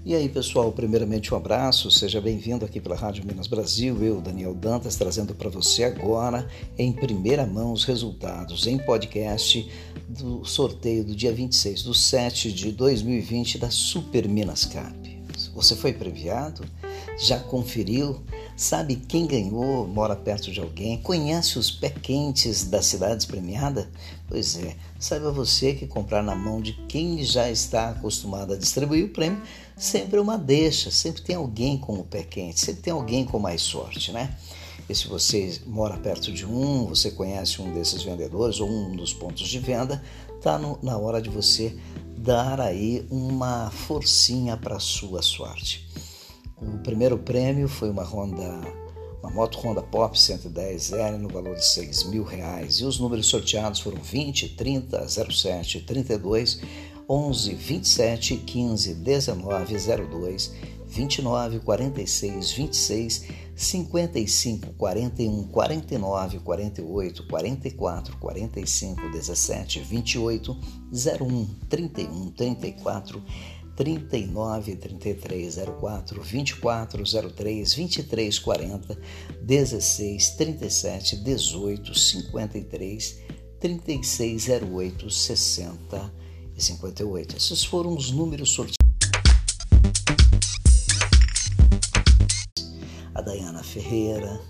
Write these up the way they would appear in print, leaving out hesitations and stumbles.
E aí, pessoal, primeiramente um abraço, seja bem-vindo aqui pela Rádio Minas Brasil, eu, Daniel Dantas, trazendo para você agora, em primeira mão, os resultados em podcast do sorteio do dia 26/7 de 2020 da Super Minas Cap. Você foi premiado? Já conferiu? Sabe quem ganhou? Mora perto de alguém? Conhece os pé quentes das cidades premiadas? Pois é, saiba você que comprar na mão de quem já está acostumado a distribuir o prêmio sempre é uma deixa, sempre tem alguém com o pé quente, sempre tem alguém com mais sorte, né? E se você mora perto de você conhece um desses vendedores ou um dos pontos de venda, está na hora de você dar aí uma forcinha para a sua sorte. O primeiro prêmio foi uma moto Honda Pop 110L no valor de R$6.000 e os números sorteados foram 20, 30, 07, 32, 11, 27, 15, 19, 02, 29, 46, 26, 55, 41, 49, 48, 44, 45, 17, 28, 01, 31, 34, 39, 33, 04, 24, 03, 23, 40, 16, 37, 18, 53, 36, 08, 60 e 58. Esses foram os números sorteados. A Dayana Ferreira,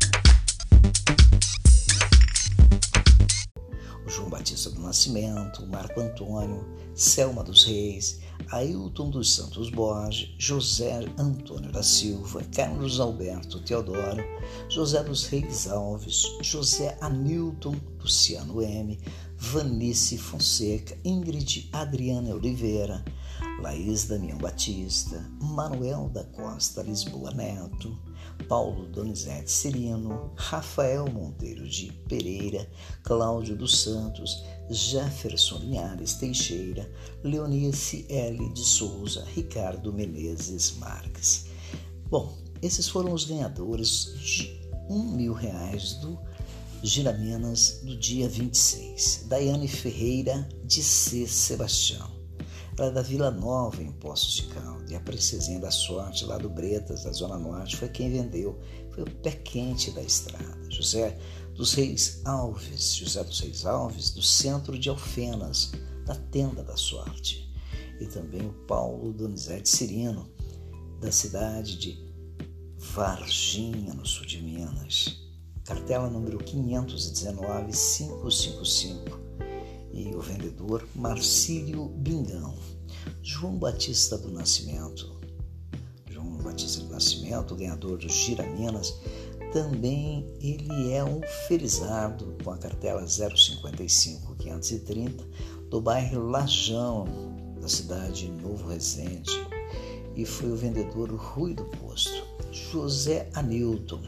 o João Batista do Nascimento, o Marco Antônio, Selma dos Reis, Ailton dos Santos Borges, José Antônio da Silva, Carlos Alberto Teodoro, José dos Reis Alves, José Anilton, Luciano M, Vanice Fonseca, Ingrid Adriana Oliveira, Laís Damião Batista, Manuel da Costa Lisboa Neto, Paulo Donizete Cirino, Rafael Monteiro de Pereira, Cláudio dos Santos, Jefferson Linhares Teixeira, Leonice L. de Souza, Ricardo Menezes Marques. Bom, esses foram os ganhadores de R$1.000 do Giraminas do dia 26. Daiane Ferreira de C. Sebastião. Ela é da Vila Nova, em Poços de Caldas, e a Princesinha da Sorte, lá do Bretas, da Zona Norte, foi quem vendeu. Foi o pé quente da estrada. José dos Reis Alves, do centro de Alfenas, da Tenda da Sorte. E também o Paulo Donizete Cirino, da cidade de Varginha, no sul de Minas. Cartela número 519-555. E o vendedor Marcílio Bingão. João Batista do Nascimento, ganhador do Giraminas, também ele é um felizardo com a cartela 055-530 do bairro Lajão, da cidade de Novo Resende. E foi o vendedor Rui do Posto, José Anilton,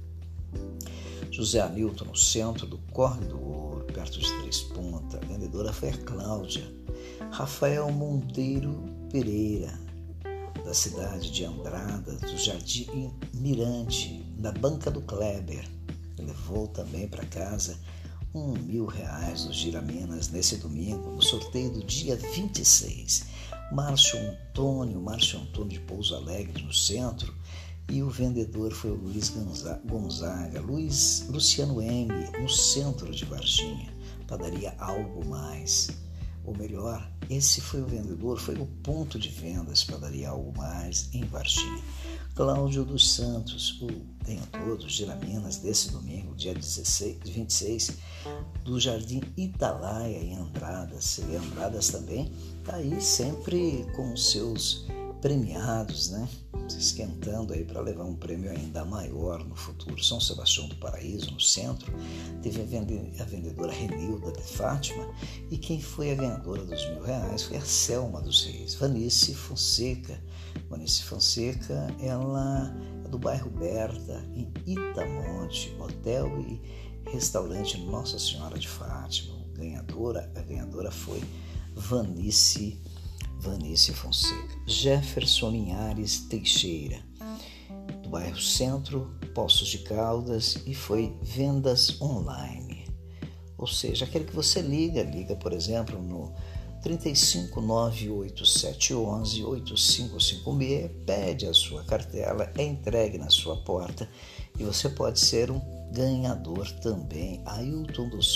no centro do Córrego do Ouro, perto de Três Pontas. A vendedora foi a Cláudia. Rafael Monteiro Pereira, da cidade de Andrada, do Jardim Mirante, da Banca do Kleber. Levou também para casa R$1.000 dos Giraminas nesse domingo, no sorteio do dia 26. Márcio Antônio de Pouso Alegre, no centro. E o vendedor foi o Luiz Gonzaga, Luciano Eng, no centro de Varginha, padaria Algo Mais. Ou melhor, esse foi o vendedor, foi o ponto de vendas, padaria Algo Mais, em Varginha. Cláudio dos Santos, o ganhador dos Giraminas desse domingo, dia 26, do Jardim Italaia, em Andradas. E Andradas também está aí sempre com os seus premiados, né? Se esquentando aí para levar um prêmio ainda maior no futuro. São Sebastião do Paraíso, no centro, teve a vendedora Renilda de Fátima, e quem foi a ganhadora dos R$1.000 foi a Selma dos Reis, Vanice Fonseca. Ela é do bairro Berta, em Itamonte, hotel e restaurante Nossa Senhora de Fátima. A ganhadora foi Vanice Fonseca. Jefferson Linhares Teixeira, do bairro Centro, Poços de Caldas, e foi vendas online. Ou seja, aquele que você liga, por exemplo, no 35987118556, pede a sua cartela, é entregue na sua porta e você pode ser um ganhador também. Ailton dos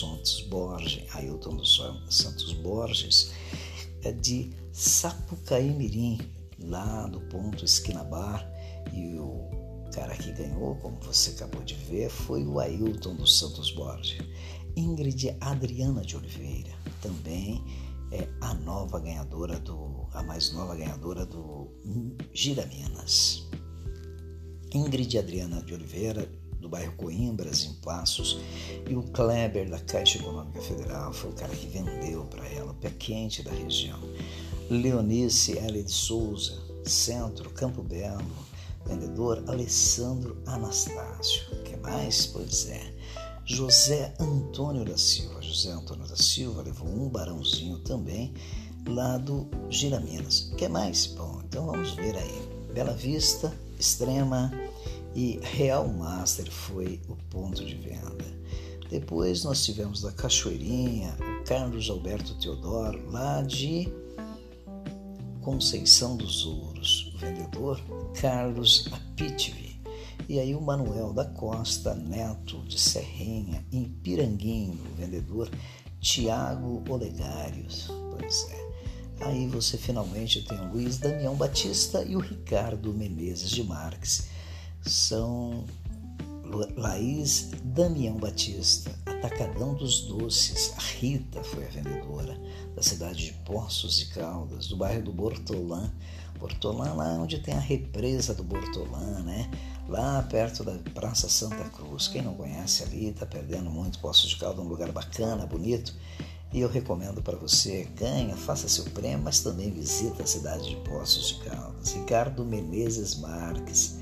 Santos Borges é de Sapucaí-Mirim, lá do ponto Esquina Bar, e o cara que ganhou, como você acabou de ver, foi o Ailton dos Santos Borges. Ingrid Adriana de Oliveira também é a mais nova ganhadora do Gira Minas. Ingrid Adriana de Oliveira, do bairro Coimbras, em Passos, e o Kleber, da Caixa Econômica Federal, foi o cara que vendeu para ela, o pé quente da região. Leonice L. de Souza, Centro, Campo Belo, vendedor Alessandro Anastácio. O que mais? Pois é, José Antônio da Silva levou um barãozinho também, lá do Gira Minas. O que mais? Bom, então vamos ver aí. Bela Vista, Extrema e Real Master foi o ponto de venda. Depois nós tivemos da Cachoeirinha, o Carlos Alberto Teodoro, lá de Conceição dos Ouros, o vendedor Carlos Apitvi. E aí o Manuel da Costa Neto, de Serrinha, em Piranguinho, o vendedor Tiago Olegários. Pois é. Aí você finalmente tem o Luiz Damião Batista e o Ricardo Menezes de Marques. São Laís Damião Batista, Atacadão dos Doces. A Rita foi a vendedora, da cidade de Poços de Caldas, do bairro do Bortolã. Bortolã, lá onde tem a represa do Bortolã, né? Lá perto da Praça Santa Cruz. Quem não conhece ali está perdendo muito. Poços de Caldas é um lugar bacana, bonito. E eu recomendo para você, ganha, faça seu prêmio, mas também visita a cidade de Poços de Caldas. Ricardo Menezes Marques,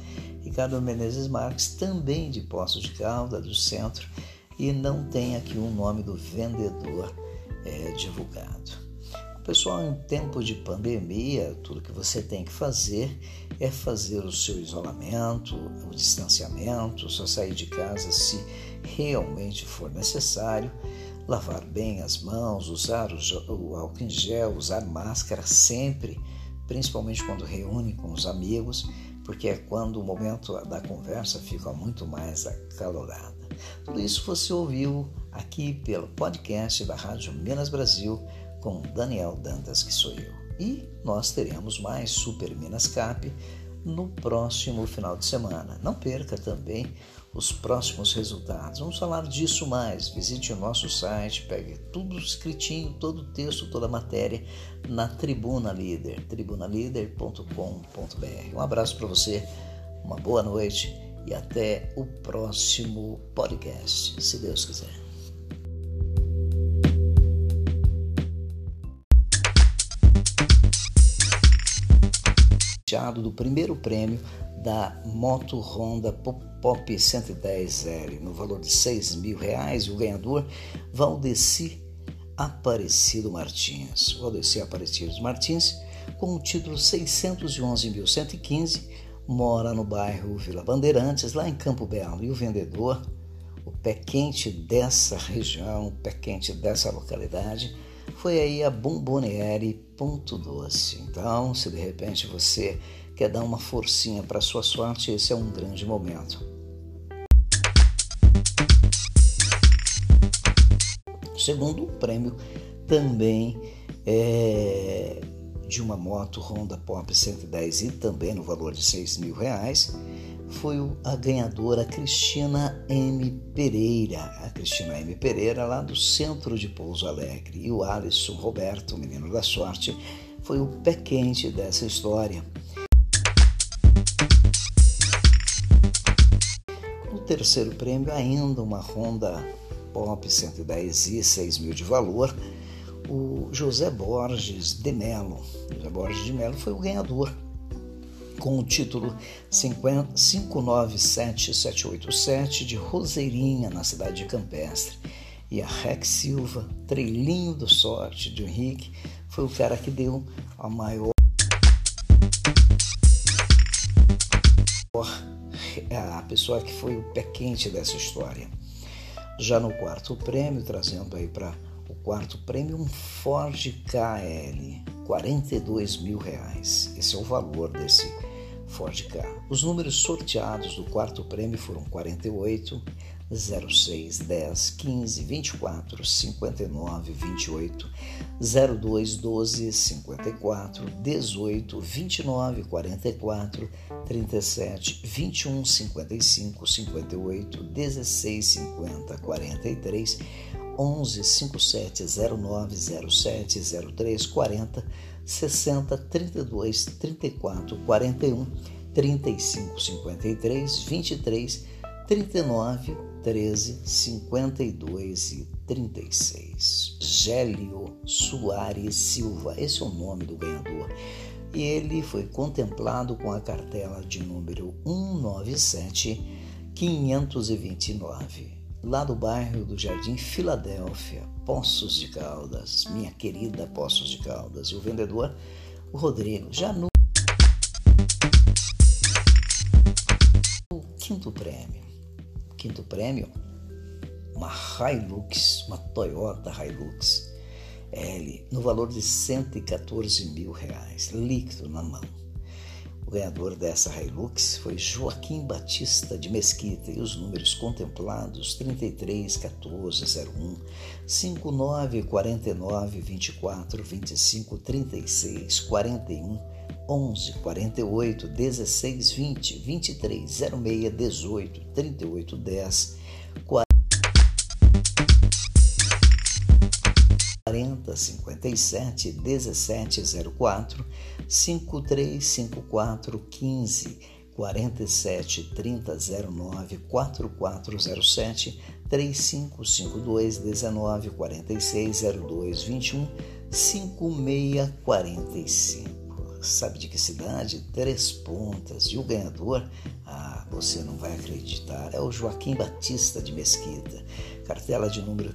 também de Poços de Caldas, do centro, e não tem aqui o nome do vendedor divulgado. Pessoal, em tempo de pandemia, tudo que você tem que fazer é fazer o seu isolamento, o distanciamento, só sair de casa se realmente for necessário, lavar bem as mãos, usar o álcool em gel, usar máscara sempre, principalmente quando reúne com os amigos, porque é quando o momento da conversa fica muito mais acalorada. Tudo isso você ouviu aqui pelo podcast da Rádio Minas Brasil com Daniel Dantas, que sou eu. E nós teremos mais Super Minas Cap no próximo final de semana. Não perca também os próximos resultados. Vamos falar disso mais. Visite o nosso site, pegue tudo escritinho, todo o texto, toda a matéria na Tribuna Líder, tribunalider.com.br. Um abraço para você, uma boa noite e até o próximo podcast, se Deus quiser. Do primeiro prêmio da Moto Honda Pop 110L no valor de R$6.000, e o ganhador Valdeci Aparecido Martins. Com o título 611.115, mora no bairro Vila Bandeirantes, lá em Campo Belo, e o vendedor, o pé quente dessa região, o pé quente dessa localidade, foi aí a Bomboniere Ponto Doce. Então, se de repente você quer dar uma forcinha para a sua sorte, esse é um grande momento. O segundo prêmio também é de uma moto Honda Pop 110 e também no valor de R$6.000, foi a ganhadora Cristina M. Pereira. A Cristina M. Pereira, lá do centro de Pouso Alegre. E o Alisson Roberto, o menino da sorte, foi o pé quente dessa história. O terceiro prêmio, ainda uma Honda Pop 110 e R$6.000 de valor, o José Borges de Melo. José Borges de Melo foi o ganhador, com o título 597787 de Roseirinha, na cidade de Campestre. E a Rex Silva, Treilinho do Sorte, de Henrique, foi o cara que deu a maior, a pessoa que foi o pé quente dessa história. Já no quarto prêmio, trazendo aí para o quarto prêmio um Ford KL, R$42.000. Esse é o valor desse Ford Ka. Os números sorteados do quarto prêmio foram 48, 06, 10, 15, 24, 59, 28, 02, 12, 54, 18, 29, 44, 37, 21, 55, 58, 16, 50, 43, 11, 57, 09, 07, 03, 40, 60, 32, 34, 41, 35, 53, 23, 39, 13, 52 e 36. Gélio Soares Silva, esse é o nome do ganhador. E ele foi contemplado com a cartela de número 197-529, lá do bairro do Jardim Filadélfia, Poços de Caldas, minha querida Poços de Caldas. E o vendedor, o Rodrigo, já no quinto prêmio, uma Hilux, uma Toyota Hilux L, no valor de R$114.000, líquido na mão. O ganhador dessa Hilux foi Joaquim Batista de Mesquita e os números contemplados 33, 14, 01, 59, 49, 24, 25, 36, 41, 11, 48, 16, 20, 23, 06, 18, 38, 10, 40, 57, 17, 04, 53, 54, 15, 47, 30, 09, 4407, 3552, 19, 46, 02, 21, 5645. Sabe de que cidade? Três Pontas. E o ganhador, você não vai acreditar, é o Joaquim Batista de Mesquita, cartela de número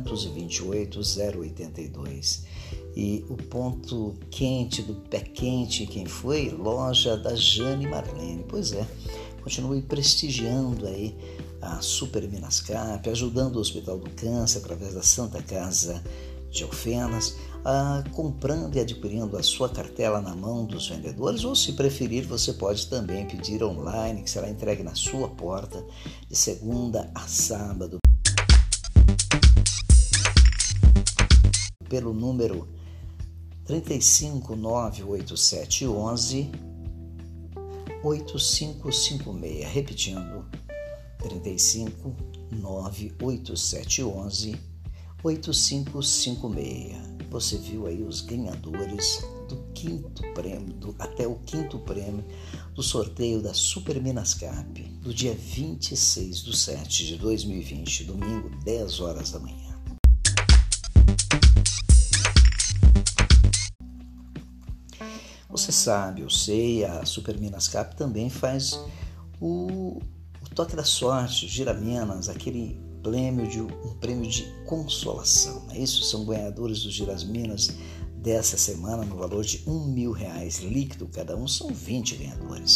528-082. E o ponto quente do pé quente, quem foi? Loja da Jane Marlene. Pois é, continue prestigiando aí a Super Minascap, ajudando o Hospital do Câncer através da Santa Casa de Alfenas, comprando e adquirindo a sua cartela na mão dos vendedores, ou se preferir, você pode também pedir online, que será entregue na sua porta de segunda a sábado pelo número 3598711 8556, repetindo, 3598711 8556. Você viu aí os ganhadores do quinto prêmio, até o quinto prêmio do sorteio da Super Minascap, do dia 26/7/2020, domingo, 10 horas da manhã. Você sabe, eu sei, a Super Minascap também faz o toque da sorte, o Gira Minas, aquele um prêmio de consolação. Isso são ganhadores do Gira Minas dessa semana no valor de R$1.000 líquido cada um, são 20 ganhadores.